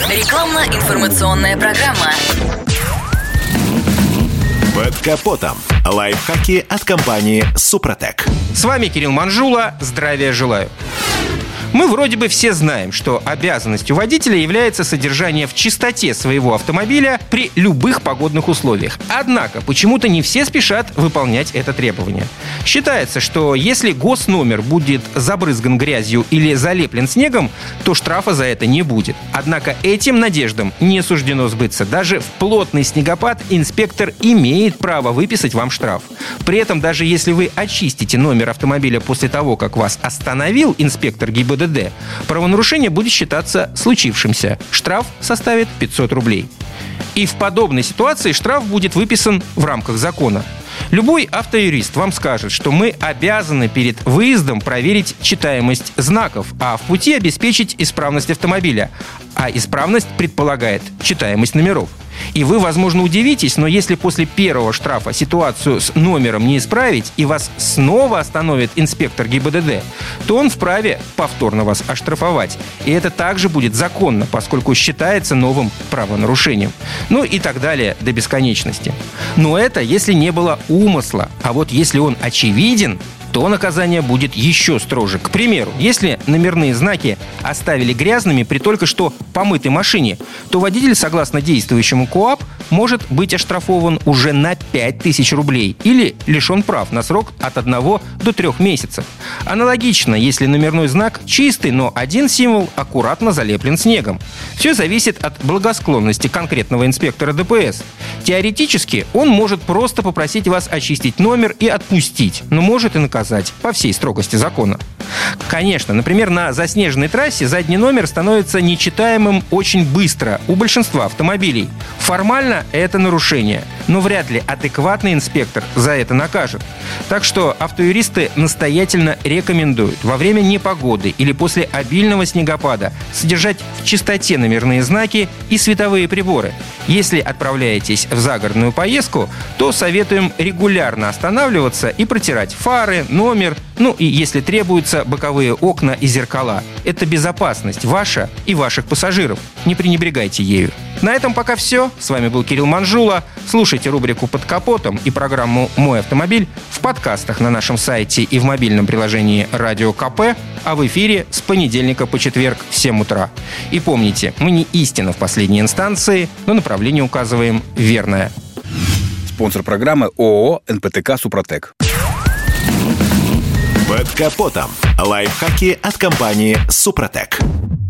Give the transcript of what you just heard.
Рекламно-информационная программа. Под капотом. Лайфхаки от компании «Супротек». С вами Кирилл Манжула. Здравия желаю. Мы вроде бы все знаем, что обязанностью водителя является содержание в чистоте своего автомобиля при любых погодных условиях. Однако почему-то не все спешат выполнять это требование. Считается, что если госномер будет забрызган грязью или залеплен снегом, то штрафа за это не будет. Однако этим надеждам не суждено сбыться. Даже в плотный снегопад инспектор имеет право выписать вам штраф. При этом даже если вы очистите номер автомобиля после того, как вас остановил инспектор ГИБДД, правонарушение будет считаться случившимся. Штраф составит 500 рублей. И в подобной ситуации штраф будет выписан в рамках закона. Любой автоюрист вам скажет, что мы обязаны перед выездом проверить читаемость знаков, а в пути обеспечить исправность автомобиля. А исправность предполагает читаемость номеров. И вы, возможно, удивитесь, но если после первого штрафа ситуацию с номером не исправить и вас снова остановит инспектор ГИБДД, то он вправе повторно вас оштрафовать. И это также будет законно, поскольку считается новым правонарушением. Ну и так далее до бесконечности. Но это если не было умысла. А вот если он очевиден, то наказание будет еще строже. К примеру, если номерные знаки оставили грязными при только что помытой машине, то водитель, согласно действующему КоАП, может быть оштрафован уже на 5000 рублей или лишен прав на срок от 1 до 3 месяцев. Аналогично, если номерной знак чистый, но один символ аккуратно залеплен снегом. Все зависит от благосклонности конкретного инспектора ДПС. Теоретически он может просто попросить вас очистить номер и отпустить, но может и наказать по всей строгости закона. Конечно, например, на заснеженной трассе задний номер становится нечитаемым очень быстро у большинства автомобилей. Формально это нарушение, но вряд ли адекватный инспектор за это накажет. Так что автоюристы настоятельно рекомендуют во время непогоды или после обильного снегопада содержать в чистоте номерные знаки и световые приборы. Если отправляетесь в загородную поездку, то советуем регулярно останавливаться и протирать фары, номер, ну и, если требуется, боковые окна и зеркала. Это безопасность ваша и ваших пассажиров. Не пренебрегайте ею. На этом пока все. С вами был Кирилл Манжула. Слушайте рубрику «Под капотом» и программу «Мой автомобиль» в подкастах на нашем сайте и в мобильном приложении «Радио КП», а в эфире с понедельника по четверг в 7 утра. И помните, мы не истина в последней инстанции, но направление указываем верное. Спонсор программы ООО «НПТК Супротек». Под капотом. Лайфхаки от компании «Супротек».